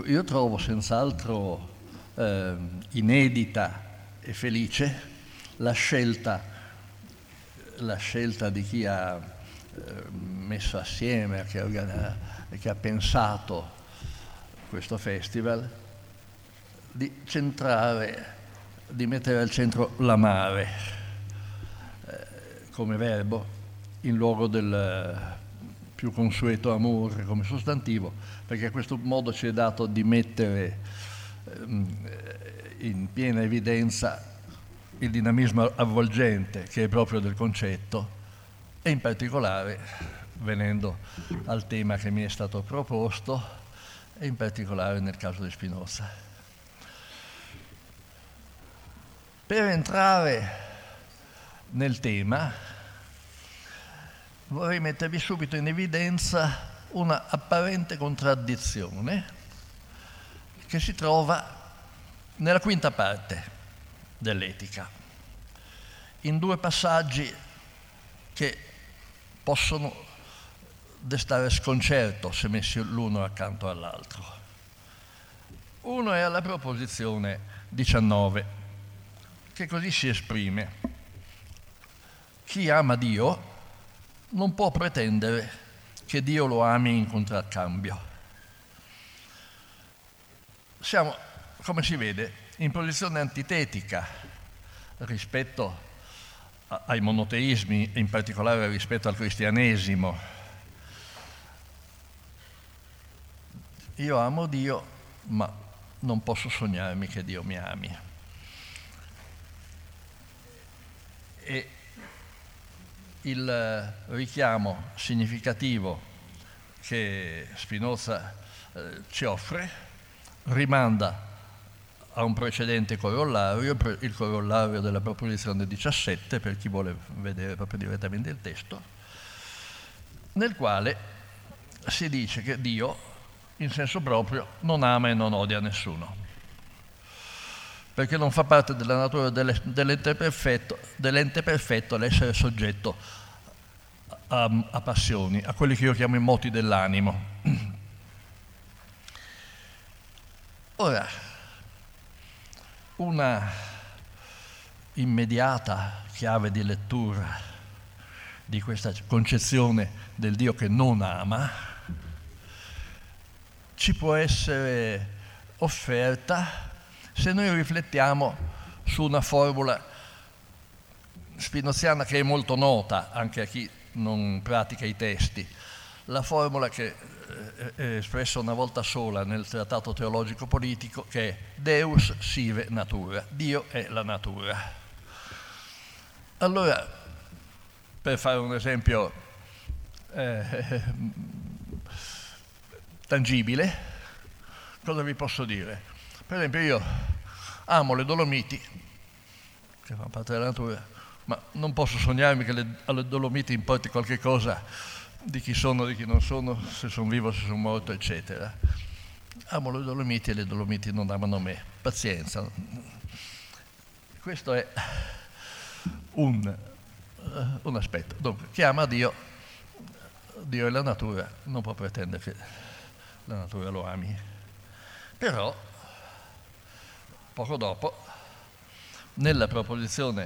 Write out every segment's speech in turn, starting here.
io trovo senz'altro inedita e felice la scelta di chi ha messo assieme, che ha pensato questo festival, di mettere al centro l'amare come verbo in luogo del più consueto amore come sostantivo, perché a questo modo ci è dato di mettere in piena evidenza il dinamismo avvolgente che è proprio del concetto, e in particolare, venendo al tema che mi è stato proposto, e in particolare nel caso di Spinoza. Per entrare nel tema vorrei mettervi subito in evidenza una apparente contraddizione che si trova nella quinta parte dell'Etica, in due passaggi che possono destare sconcerto se messi l'uno accanto all'altro. Uno è alla proposizione 19, che così si esprime: chi ama Dio non può pretendere che Dio lo ami in contraccambio. Siamo, come si vede, in posizione antitetica rispetto ai monoteismi, in particolare rispetto al cristianesimo. Io amo Dio, ma non posso sognarmi che Dio mi ami. E il richiamo significativo che Spinoza ci offre rimanda a un precedente corollario, il corollario della proposizione 17, per chi vuole vedere proprio direttamente il testo, nel quale si dice che Dio, in senso proprio, non ama e non odia nessuno, perché non fa parte della natura dell'ente perfetto l'essere soggetto a passioni, a quelli che io chiamo i moti dell'animo. Ora, una immediata chiave di lettura di questa concezione del Dio che non ama ci può essere offerta se noi riflettiamo su una formula spinoziana che è molto nota anche a chi non pratica i testi, la formula che è espressa una volta sola nel trattato teologico politico, che è Deus sive natura, Dio è la natura. Allora, per fare un esempio tangibile, cosa vi posso dire? Per esempio, io amo le Dolomiti, che fanno parte della natura, ma non posso sognarmi che alle Dolomiti importi qualche cosa di chi sono, di chi non sono, se sono vivo, se sono morto, eccetera. Amo le Dolomiti e le Dolomiti non amano me. Pazienza. Questo è un aspetto. Dunque, chi ama Dio, Dio è la natura, non può pretendere che la natura lo ami. Però, poco dopo, nella proposizione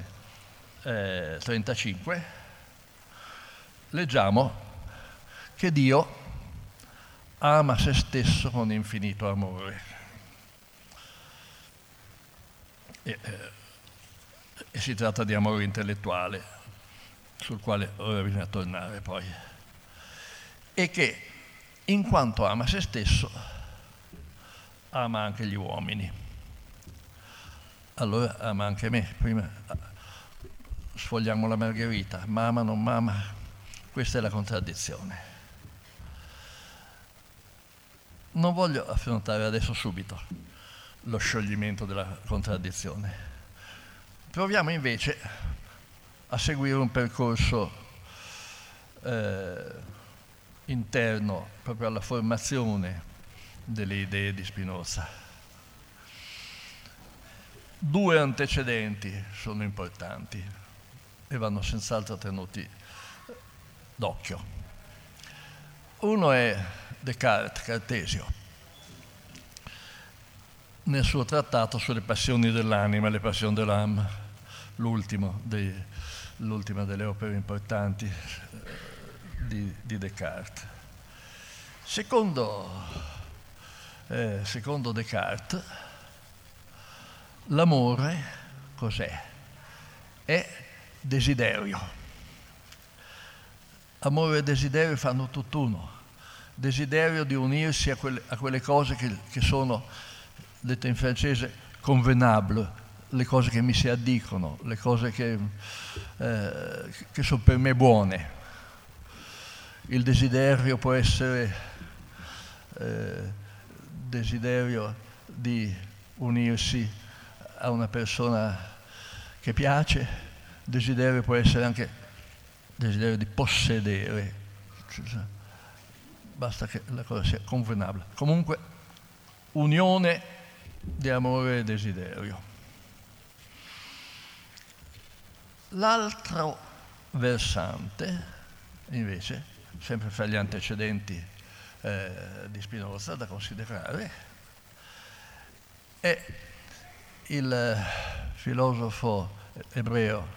35, leggiamo che Dio ama se stesso con infinito amore. E si tratta di amore intellettuale, sul quale ora bisogna tornare poi. E che, in quanto ama se stesso, ama anche gli uomini. Allora ama anche me. Prima sfogliamo la Margherita, mama, non mama, questa è la contraddizione. Non voglio affrontare adesso subito lo scioglimento della contraddizione. Proviamo invece a seguire un percorso interno proprio alla formazione delle idee di Spinoza. Due antecedenti sono importanti e vanno senz'altro tenuti d'occhio. Uno è Descartes, Cartesio. nel suo trattato sulle passioni dell'anima, le Passions de l'âme, l'ultima delle opere importanti di Descartes. Secondo Descartes, l'amore cos'è? È desiderio. Amore e desiderio fanno tutt'uno. Desiderio di unirsi a quelle cose che sono, dette in francese, convenable, le cose che mi si addicono, le cose che sono per me buone. Il desiderio può essere desiderio di unirsi a una persona che piace, desiderio può essere anche desiderio di possedere, basta che la cosa sia convenabile. Comunque, unione di amore e desiderio. L'altro versante, invece, sempre fra gli antecedenti di Spinoza da considerare, è il filosofo ebreo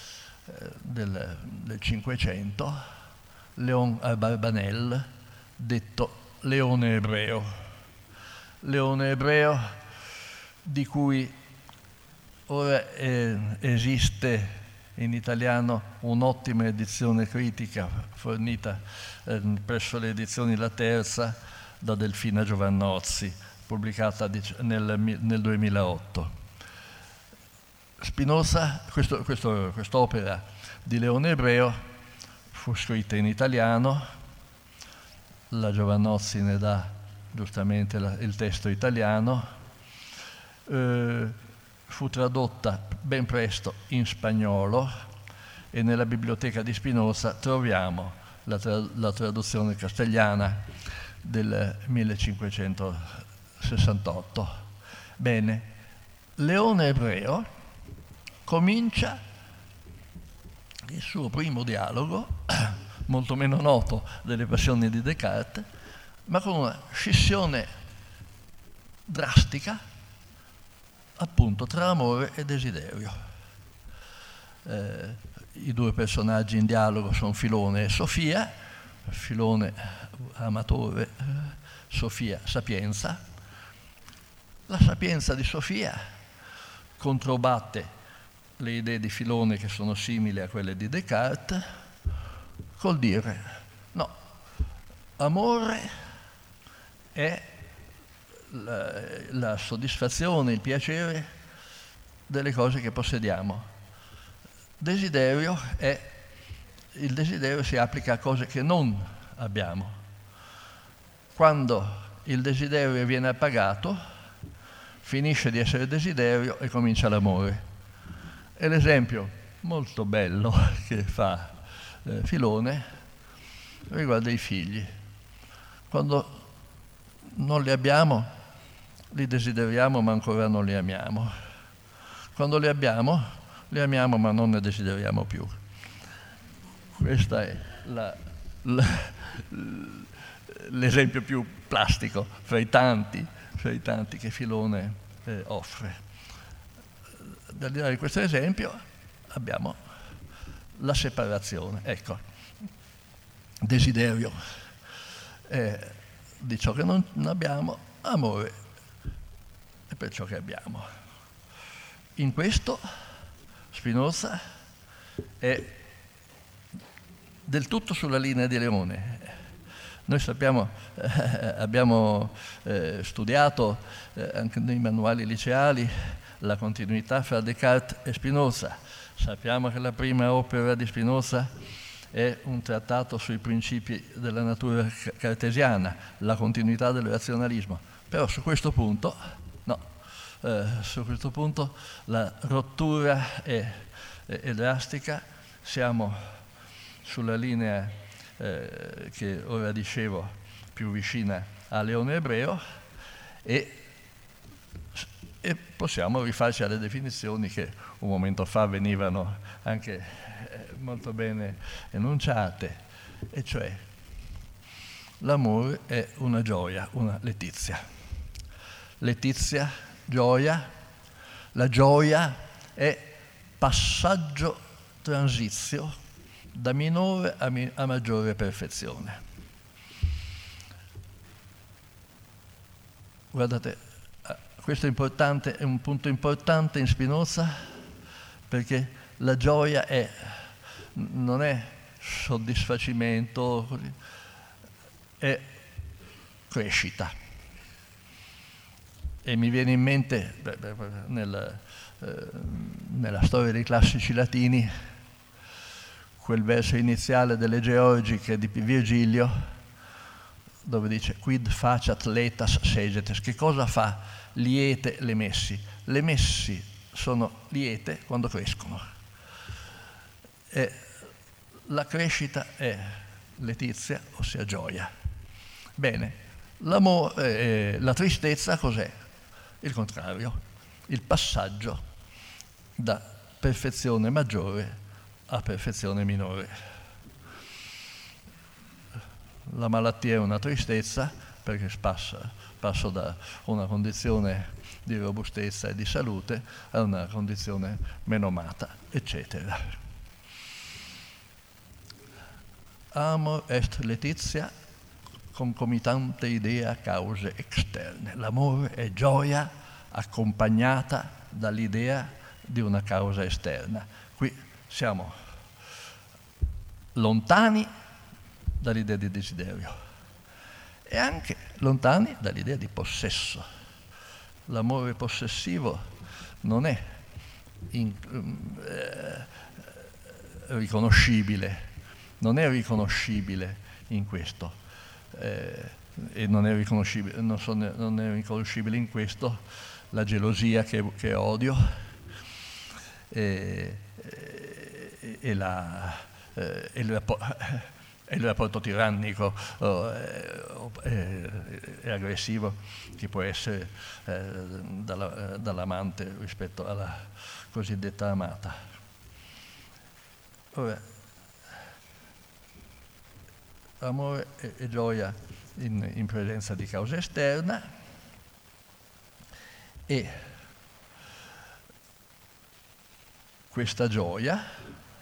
del Cinquecento, Léon Abarbanel, detto Leone Ebreo. Leone Ebreo, di cui ora esiste in italiano un'ottima edizione critica fornita presso le edizioni La Terza da Delfina Giovannozzi, pubblicata nel 2008. Spinoza, quest'opera di Leone Ebreo fu scritta in italiano, la Giovannozzi ne dà giustamente il testo italiano, fu tradotta ben presto in spagnolo e nella biblioteca di Spinoza troviamo la traduzione castellana del 1568. Bene, Leone Ebreo comincia il suo primo dialogo, molto meno noto delle passioni di Descartes, ma con una scissione drastica appunto tra amore e desiderio. I due personaggi in dialogo sono Filone e Sofia, Filone amatore, Sofia sapienza. La sapienza di Sofia controbatte le idee di Filone, che sono simili a quelle di Descartes, col dire no, amore è la soddisfazione, il piacere delle cose che possediamo. Il desiderio si applica a cose che non abbiamo. Quando il desiderio viene appagato, finisce di essere desiderio e comincia l'amore. E l'esempio molto bello che fa Filone riguarda i figli. Quando non li abbiamo, li desideriamo ma ancora non li amiamo. Quando li amiamo ma non ne desideriamo più. Questo è l'esempio più plastico fra i tanti che Filone offre. Dal di là di questo esempio abbiamo la separazione. Ecco, desiderio di ciò che non abbiamo, amore è per ciò che abbiamo. In questo Spinoza è del tutto sulla linea di Leone. Noi sappiamo, abbiamo studiato anche nei manuali liceali la continuità fra Descartes e Spinoza. Sappiamo che la prima opera di Spinoza è un trattato sui principi della natura cartesiana, la continuità del razionalismo. Però su questo punto, no, su questo punto la rottura è drastica, siamo sulla linea che ora dicevo più vicina a Leone Ebreo e possiamo rifarci alle definizioni che un momento fa venivano anche molto bene enunciate, e cioè l'amore è una gioia, una letizia. Letizia gioia. La gioia è passaggio transizio da minore a maggiore perfezione. Guardate, questo è importante, è un punto importante in Spinoza, perché la gioia non è soddisfacimento, è crescita. E mi viene in mente, nella storia dei classici latini, quel verso iniziale delle Georgiche di Virgilio, dove dice quid faciat letas segetes. Che cosa fa liete le messi? Le messi sono liete quando crescono. E la crescita è letizia, ossia gioia. Bene, l'amore, la tristezza cos'è? Il contrario, il passaggio da perfezione maggiore a perfezione minore. La malattia è una tristezza perché passo da una condizione di robustezza e di salute a una condizione menomata, eccetera. Amor est letizia concomitante idea cause externe. L'amore è gioia accompagnata dall'idea di una causa esterna. Qui siamo lontani dall'idea di desiderio e anche lontani dall'idea di possesso. L'amore possessivo non è riconoscibile, non è riconoscibile in questo, e non è riconoscibile in questo la gelosia che odio e il rapporto tirannico e aggressivo che può essere dall'amante rispetto alla cosiddetta amata. Ora, amore e gioia in presenza di causa esterna, e questa gioia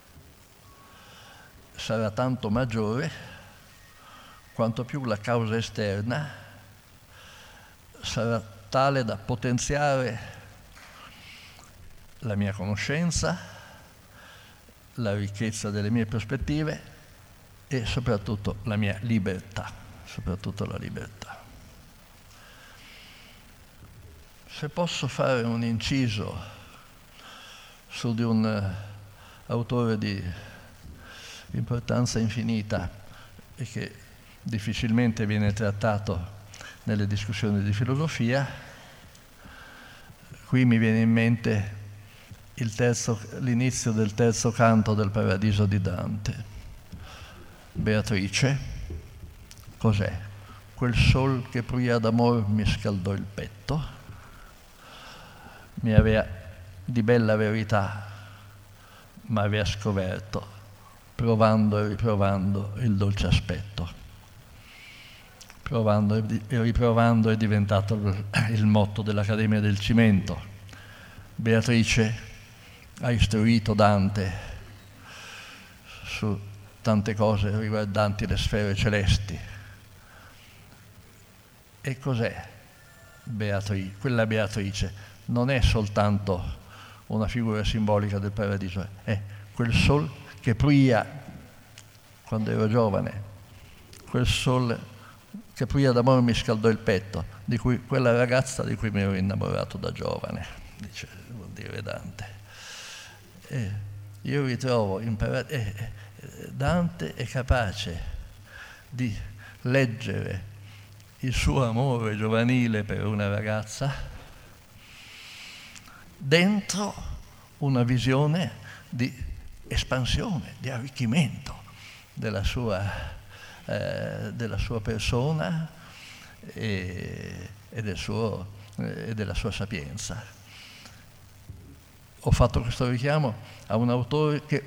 sarà tanto maggiore quanto più la causa esterna sarà tale da potenziare la mia conoscenza, la ricchezza delle mie prospettive e soprattutto la mia libertà, soprattutto la libertà. Se posso fare un inciso su di un autore di importanza infinita e che difficilmente viene trattato nelle discussioni di filosofia, qui mi viene in mente l'inizio del terzo canto del Paradiso di Dante. Beatrice, cos'è? Quel sol che pria d'amor mi scaldò il petto, mi aveva di bella verità, ma aveva scoperto, provando e riprovando il dolce aspetto. Provando e riprovando è diventato il motto dell'Accademia del Cimento. Beatrice ha istruito Dante su tante cose riguardanti le sfere celesti. E cos'è quella Beatrice? Non è soltanto una figura simbolica del paradiso, è quel sol che pria quando ero giovane, quel sol che pria d'amore mi scaldò il petto, quella ragazza di cui mi ero innamorato da giovane, vuol dire Dante. Io ritrovo Dante è capace di leggere il suo amore giovanile per una ragazza dentro una visione di espansione, di arricchimento della sua persona e della sua sapienza. Ho fatto questo richiamo a un autore che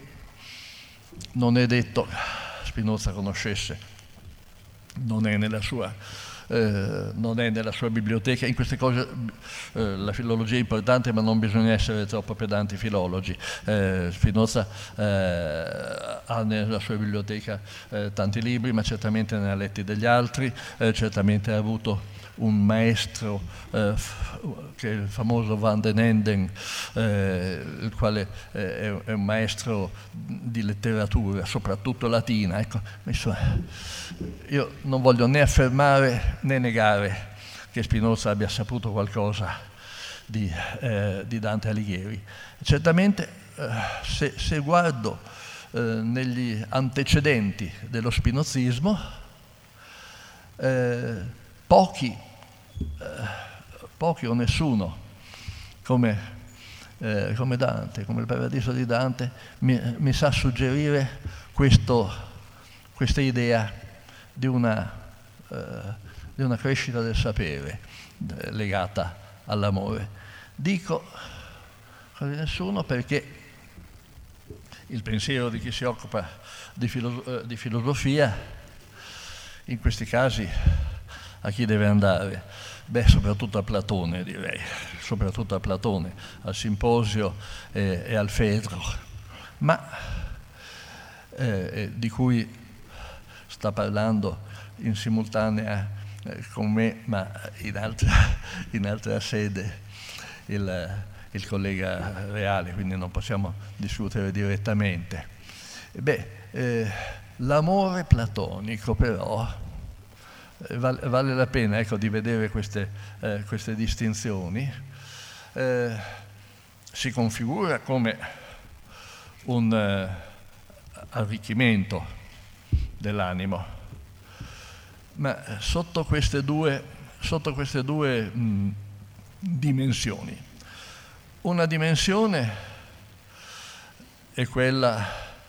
non è detto Spinoza conoscesse, non è nella sua non è nella sua biblioteca. In queste cose la filologia è importante, ma non bisogna essere troppo pedanti filologi. Spinoza ha nella sua biblioteca tanti libri, ma certamente ne ha letti degli altri, certamente ha avuto un maestro che è il famoso Van den Enden, il quale è un maestro di letteratura, soprattutto latina. Ecco, io non voglio né affermare né negare che Spinoza abbia saputo qualcosa di Dante Alighieri. Certamente se guardo negli antecedenti dello spinozismo, pochi o nessuno come Dante, come il Paradiso di Dante, mi sa suggerire questa idea di una crescita del sapere legata all'amore. Dico quasi nessuno perché il pensiero di chi si occupa di filosofia in questi casi a chi deve andare? Beh, soprattutto a Platone, direi, soprattutto a Platone, al Simposio e al Fedro, ma di cui sta parlando in simultanea con me, ma in altra sede, il collega Reale, quindi non possiamo discutere direttamente. L'amore platonico però vale la pena, ecco, di vedere queste distinzioni. Si configura come un arricchimento dell'animo, ma sotto queste due dimensioni. Una dimensione è quella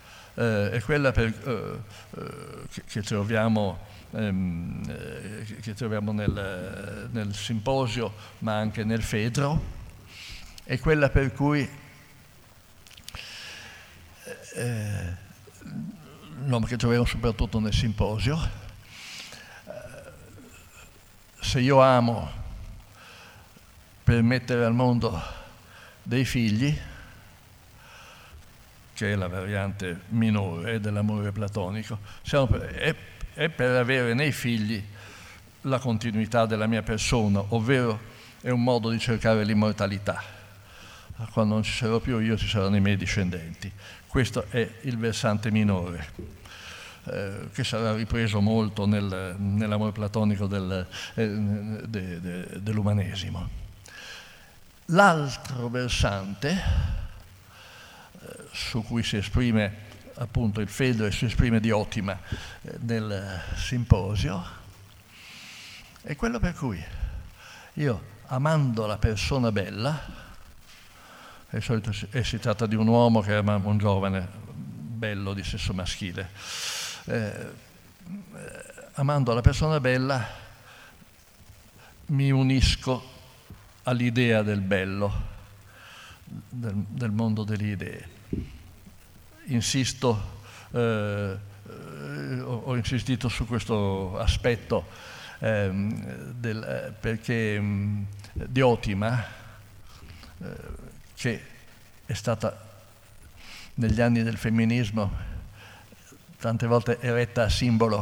che troviamo nel Simposio, ma anche nel Fedro, è quella per cui che troviamo soprattutto nel Simposio. Se io amo per mettere al mondo dei figli, che è la variante minore dell'amore platonico, è per avere nei figli la continuità della mia persona, ovvero è un modo di cercare l'immortalità. Quando non ci sarò più io, ci saranno i miei discendenti. Questo è il versante minore, che sarà ripreso molto nell'amore platonico dell'umanesimo. L'altro versante, su cui si esprime appunto il Fedro e si esprime Diotima nel Simposio, è quello per cui io, amando la persona bella, di solito si tratta di un uomo che ama un giovane bello di sesso maschile, amando la persona bella mi unisco all'idea del bello, del mondo delle idee. Ho insistito su questo aspetto perché Diotima, che è stata negli anni del femminismo tante volte eretta a simbolo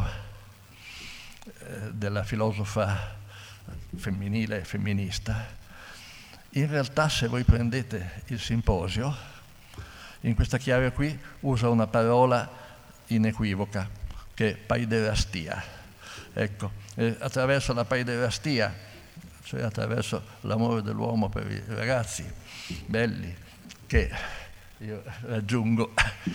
della filosofa femminile e femminista, in realtà, se voi prendete il Simposio, in questa chiave qui usa una parola inequivoca, che è paiderastia. Ecco, attraverso la paiderastia, cioè attraverso l'amore dell'uomo per i ragazzi belli, che io raggiungo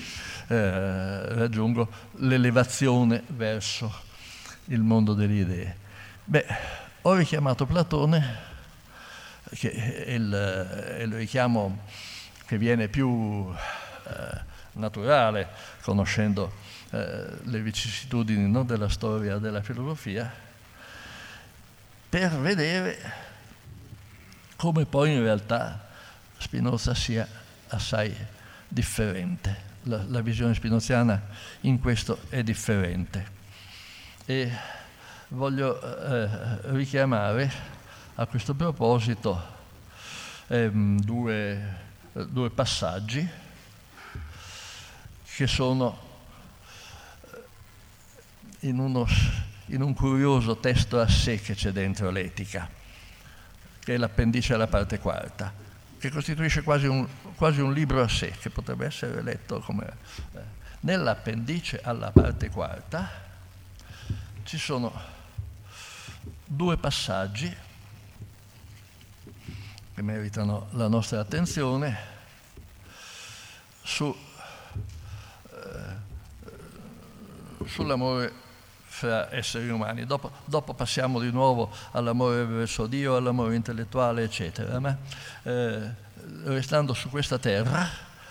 l'elevazione verso il mondo delle idee. Ho richiamato Platone, che è il richiamo che viene più naturale, conoscendo le vicissitudini della storia della filosofia, per vedere come poi in realtà Spinoza sia assai differente. La visione spinoziana in questo è differente. E voglio richiamare a questo proposito due passaggi che sono in un curioso testo a sé che c'è dentro l'Etica, che è l'appendice alla parte quarta, che costituisce quasi un libro a sé, che potrebbe essere letto come... Nell'appendice alla parte quarta ci sono due passaggi che meritano la nostra attenzione sull'amore fra esseri umani. Dopo passiamo di nuovo all'amore verso Dio, all'amore intellettuale, eccetera. Ma restando su questa terra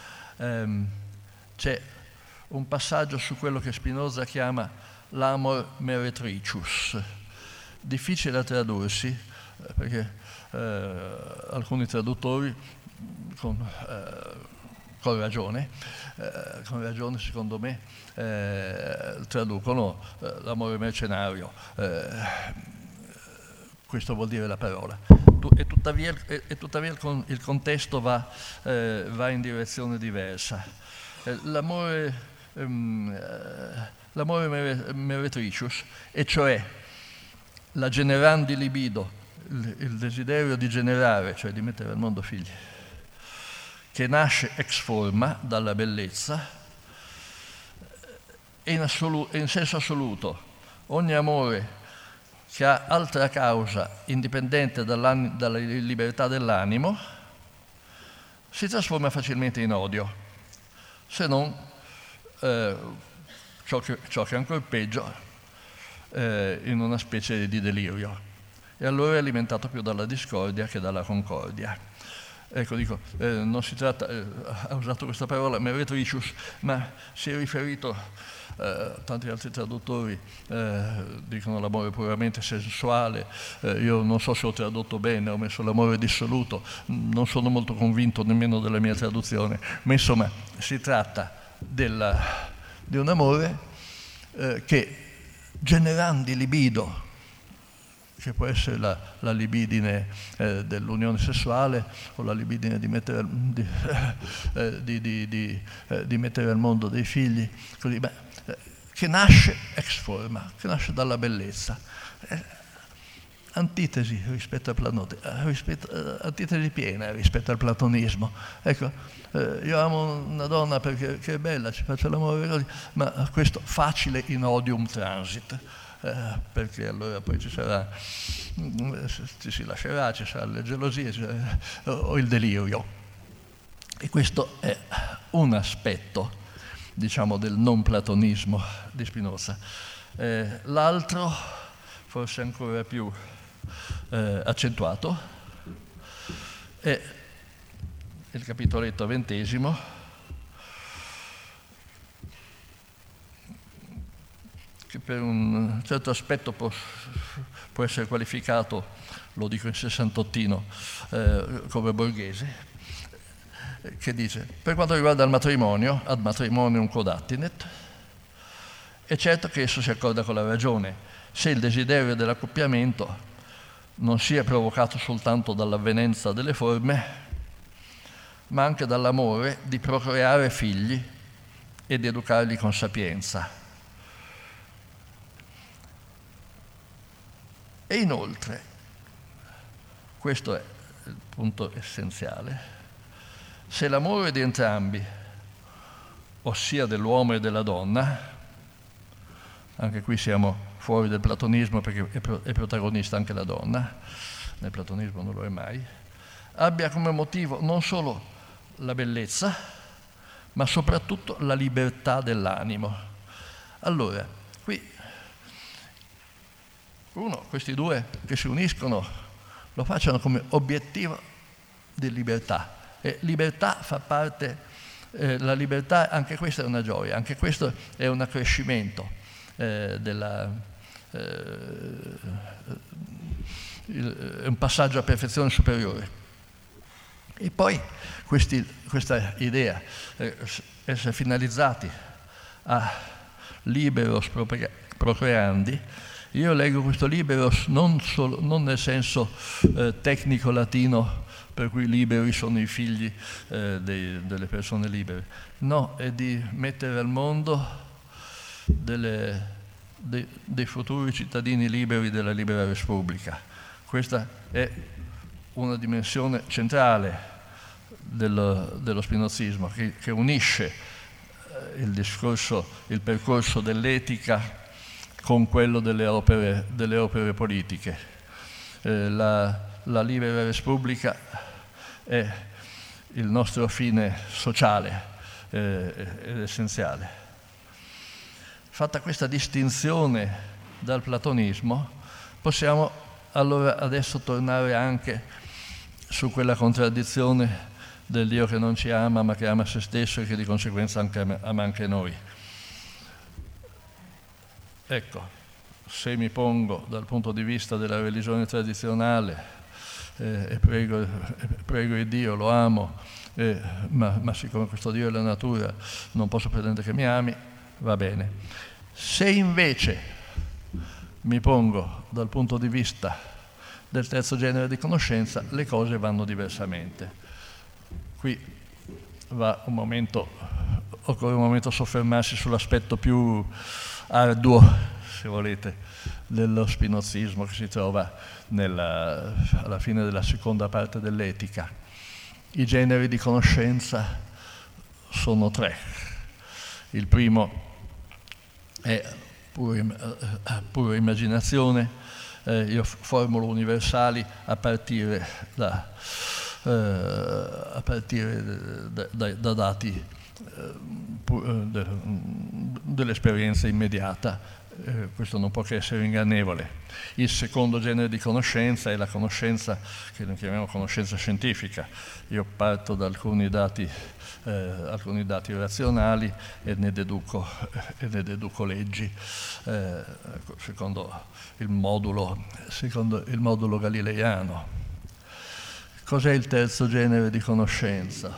c'è un passaggio su quello che Spinoza chiama l'amor meretricius. Difficile da tradursi, perché alcuni traduttori con ragione secondo me traducono l'amore mercenario, questo vuol dire la parola, e tuttavia il contesto va in direzione diversa. L'amore meretricius, e cioè la generandi libido, il desiderio di generare, cioè di mettere al mondo figli, che nasce ex forma dalla bellezza, e in senso assoluto ogni amore che ha altra causa indipendente dalla libertà dell'animo si trasforma facilmente in odio, se non ciò che è ancora peggio, in una specie di delirio, e allora è alimentato più dalla discordia che dalla concordia. Ecco, dico, non si tratta, ha usato questa parola meretricius, ma si è riferito, tanti altri traduttori dicono l'amore puramente sensuale, io non so se ho tradotto bene, ho messo l'amore dissoluto, non sono molto convinto nemmeno della mia traduzione, ma insomma si tratta di un amore che generandi libido, che può essere la libidine dell'unione sessuale o la libidine di mettere al mondo dei figli, così, che nasce ex forma, che nasce dalla bellezza. Antitesi rispetto antitesi piena rispetto al platonismo. Ecco, io amo una donna perché è bella, ci faccio l'amore così, ma questo facile in odium transit. Perché allora poi ci si lascerà, ci saranno le gelosie o il delirio, e questo è un aspetto, diciamo, del non platonismo di Spinoza. L'altro, forse ancora più accentuato, è il capitoletto 20, che per un certo aspetto può essere qualificato, lo dico in sessantottino, come borghese, che dice: per quanto riguarda il matrimonio, ad matrimonium quod attinet, è certo che esso si accorda con la ragione, se il desiderio dell'accoppiamento non sia provocato soltanto dall'avvenenza delle forme, ma anche dall'amore di procreare figli e di educarli con sapienza. E inoltre, questo è il punto essenziale, se l'amore di entrambi, ossia dell'uomo e della donna, anche qui siamo fuori del platonismo perché è protagonista anche la donna, nel platonismo non lo è mai, abbia come motivo non solo la bellezza, ma soprattutto la libertà dell'animo. Allora, qui questi due che si uniscono lo facciano come obiettivo di libertà, e libertà fa parte, la libertà, anche questa è una gioia, anche questo è un accrescimento è un passaggio a perfezione superiore. E poi questa idea, essere finalizzati a liberos procreandi, Io leggo questo libro non nel senso tecnico latino, per cui liberi sono i figli delle persone libere. No, è di mettere al mondo dei futuri cittadini liberi della libera Repubblica. Questa è una dimensione centrale dello spinozismo, che unisce il percorso dell'etica con quello delle opere politiche. La libera Repubblica è il nostro fine sociale ed essenziale. Fatta questa distinzione dal platonismo, possiamo allora adesso tornare anche su quella contraddizione del Dio che non ci ama ma che ama se stesso e che di conseguenza ama anche noi. Ecco, se mi pongo dal punto di vista della religione tradizionale e prego il Dio, lo amo, ma siccome questo Dio è la natura non posso pretendere che mi ami, va bene. Se invece mi pongo dal punto di vista del terzo genere di conoscenza, le cose vanno diversamente. Qui occorre un momento soffermarsi sull'aspetto più arduo, se volete, dello spinozismo che si trova alla fine della seconda parte dell'Etica. I generi di conoscenza sono 3. Il primo è pura immaginazione, io formulo universali a partire da dati dell'esperienza immediata. Questo non può che essere ingannevole. Il secondo genere di conoscenza è la conoscenza che noi chiamiamo conoscenza scientifica. Io parto da alcuni dati razionali e ne deduco leggi secondo il modulo galileiano. Cos'è il terzo genere di conoscenza?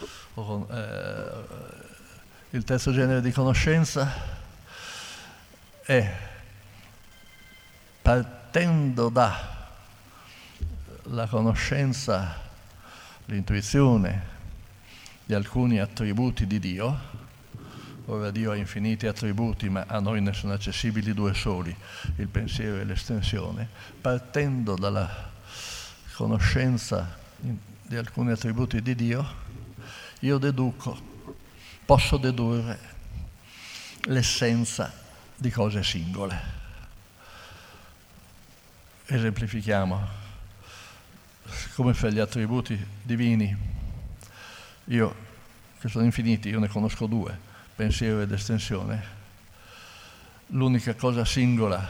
Il terzo genere di conoscenza è, partendo dalla conoscenza, l'intuizione di alcuni attributi di Dio. Ora Dio ha infiniti attributi, ma a noi ne sono accessibili 2 soli, il pensiero e l'estensione. Partendo dalla conoscenza di alcuni attributi di Dio, io posso dedurre l'essenza di cose singole. Esemplifichiamo. Come per gli attributi divini, che sono infiniti, io ne conosco 2, pensiero ed estensione. L'unica cosa singola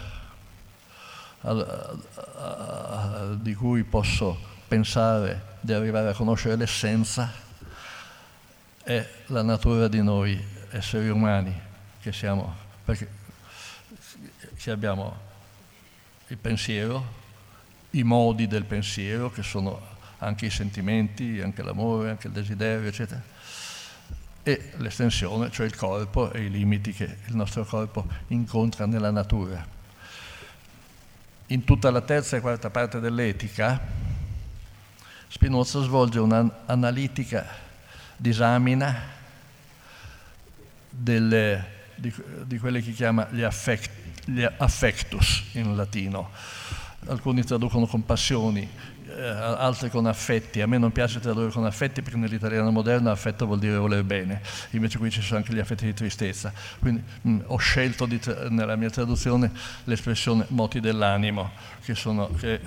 di cui posso pensare di arrivare a conoscere l'essenza è la natura di noi esseri umani che siamo, perché abbiamo il pensiero, i modi del pensiero, che sono anche i sentimenti, anche l'amore, anche il desiderio, eccetera, e l'estensione, cioè il corpo e i limiti che il nostro corpo incontra nella natura. In tutta la terza e quarta parte dell'Etica, Spinoza svolge un'analitica disamina di quelli che chiama gli affectus in latino. Alcuni traducono con passioni, altri con affetti. A me non piace tradurre con affetti perché nell'italiano moderno affetto vuol dire voler bene, invece qui ci sono anche gli affetti di tristezza. Quindi ho scelto nella mia traduzione l'espressione moti dell'animo, perché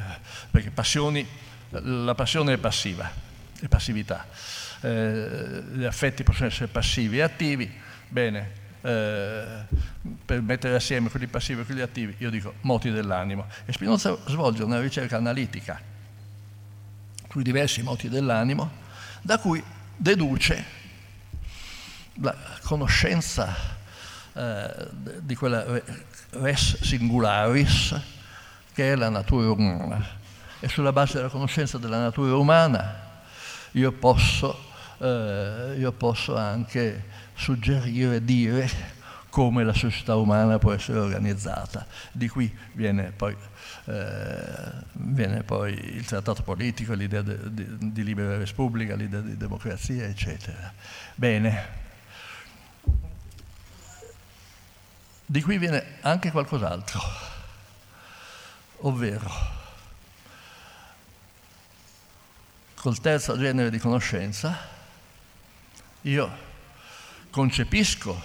la passione è passiva, è passività. Gli affetti possono essere passivi e attivi. Bene, per mettere assieme quelli passivi e quelli attivi, io dico moti dell'animo. E Spinoza svolge una ricerca analitica sui diversi moti dell'animo, da cui deduce la conoscenza di quella res singularis che è la natura umana. E sulla base della conoscenza della natura umana io posso anche suggerire, dire come la società umana può essere organizzata. Di qui viene poi il trattato politico, l'idea di libera Repubblica, l'idea di democrazia, eccetera. Bene. Di qui viene anche qualcos'altro, ovvero col terzo genere di conoscenza io concepisco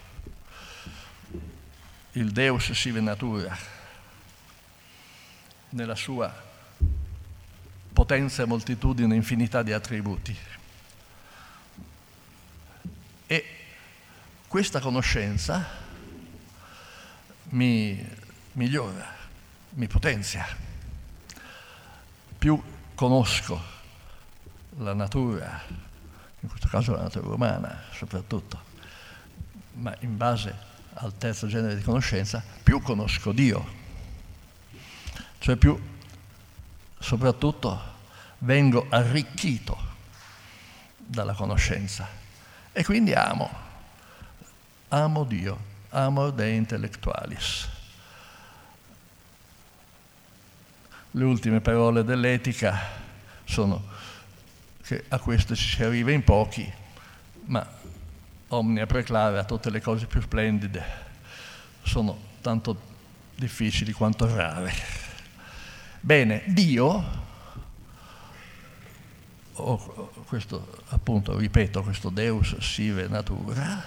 il Deus sive natura nella sua potenza, moltitudine, infinità di attributi. E questa conoscenza mi migliora, mi potenzia. Più conosco la natura, in questo caso la natura umana soprattutto, ma in base al terzo genere di conoscenza, più conosco Dio, cioè più soprattutto vengo arricchito dalla conoscenza e quindi amo Dio. Amor de intellectualis. Le ultime parole dell'etica sono che a questo ci si arriva in pochi, ma omnia preclara, tutte le cose più splendide sono tanto difficili quanto rare. Bene, Dio, questo appunto, ripeto, questo Deus sive natura,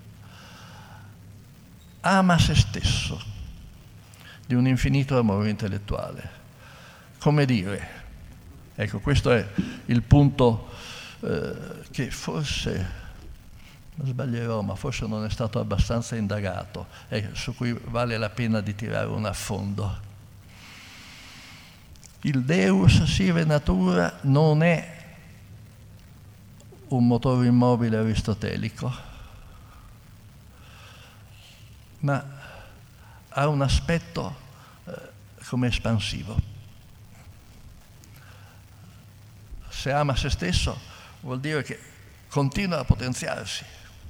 ama se stesso di un infinito amore intellettuale. Come dire, ecco, questo è il punto che forse, sbaglierò, ma forse non è stato abbastanza indagato e su cui vale la pena di tirare un affondo. Il Deus sive natura non è un motore immobile aristotelico, ma ha un aspetto come espansivo. Se ama se stesso vuol dire che continua a potenziarsi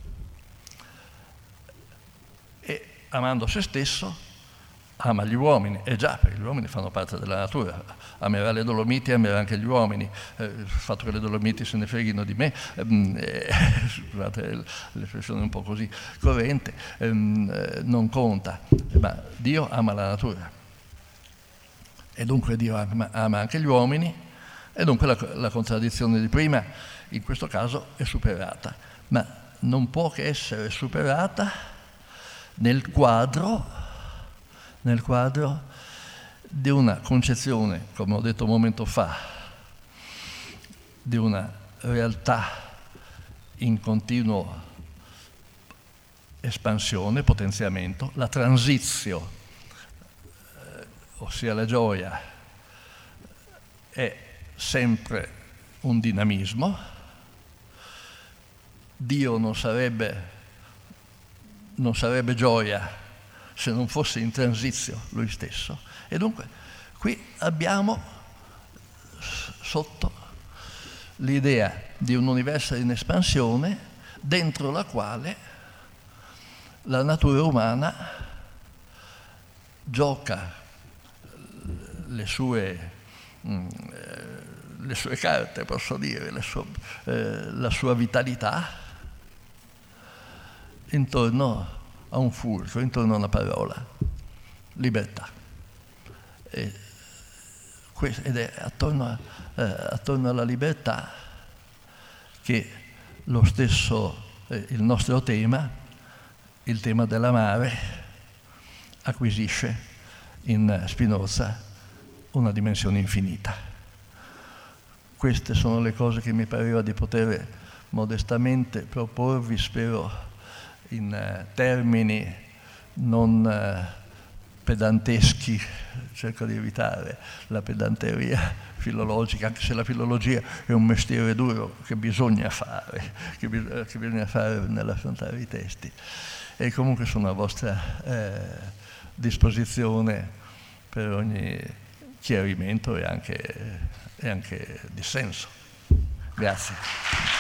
e amando se stesso ama gli uomini, e già, perché gli uomini fanno parte della natura, amerà le Dolomiti, amerà anche gli uomini, il fatto che le Dolomiti se ne freghino di me, scusate l'espressione un po' così corrente, non conta, ma Dio ama la natura e dunque Dio ama anche gli uomini e dunque la contraddizione di prima in questo caso è superata, ma non può che essere superata nel quadro di una concezione, come ho detto un momento fa, di una realtà in continuo espansione, potenziamento, la transizio, ossia la gioia, è sempre un dinamismo. Dio non sarebbe gioia se non fosse in transizio lui stesso. E dunque qui abbiamo sotto l'idea di un universo in espansione dentro la quale la natura umana gioca le sue carte, posso dire, la sua vitalità intorno a un fulcro, intorno a una parola, libertà. Ed è attorno alla libertà che il nostro tema, il tema dell'amare, acquisisce in Spinoza una dimensione infinita. Queste sono le cose che mi pareva di poter modestamente proporvi, spero in termini non pedanteschi, cerco di evitare la pedanteria filologica, anche se la filologia è un mestiere duro che bisogna fare nell'affrontare i testi. E comunque sono a vostra disposizione per ogni chiarimento e anche dissenso. Grazie.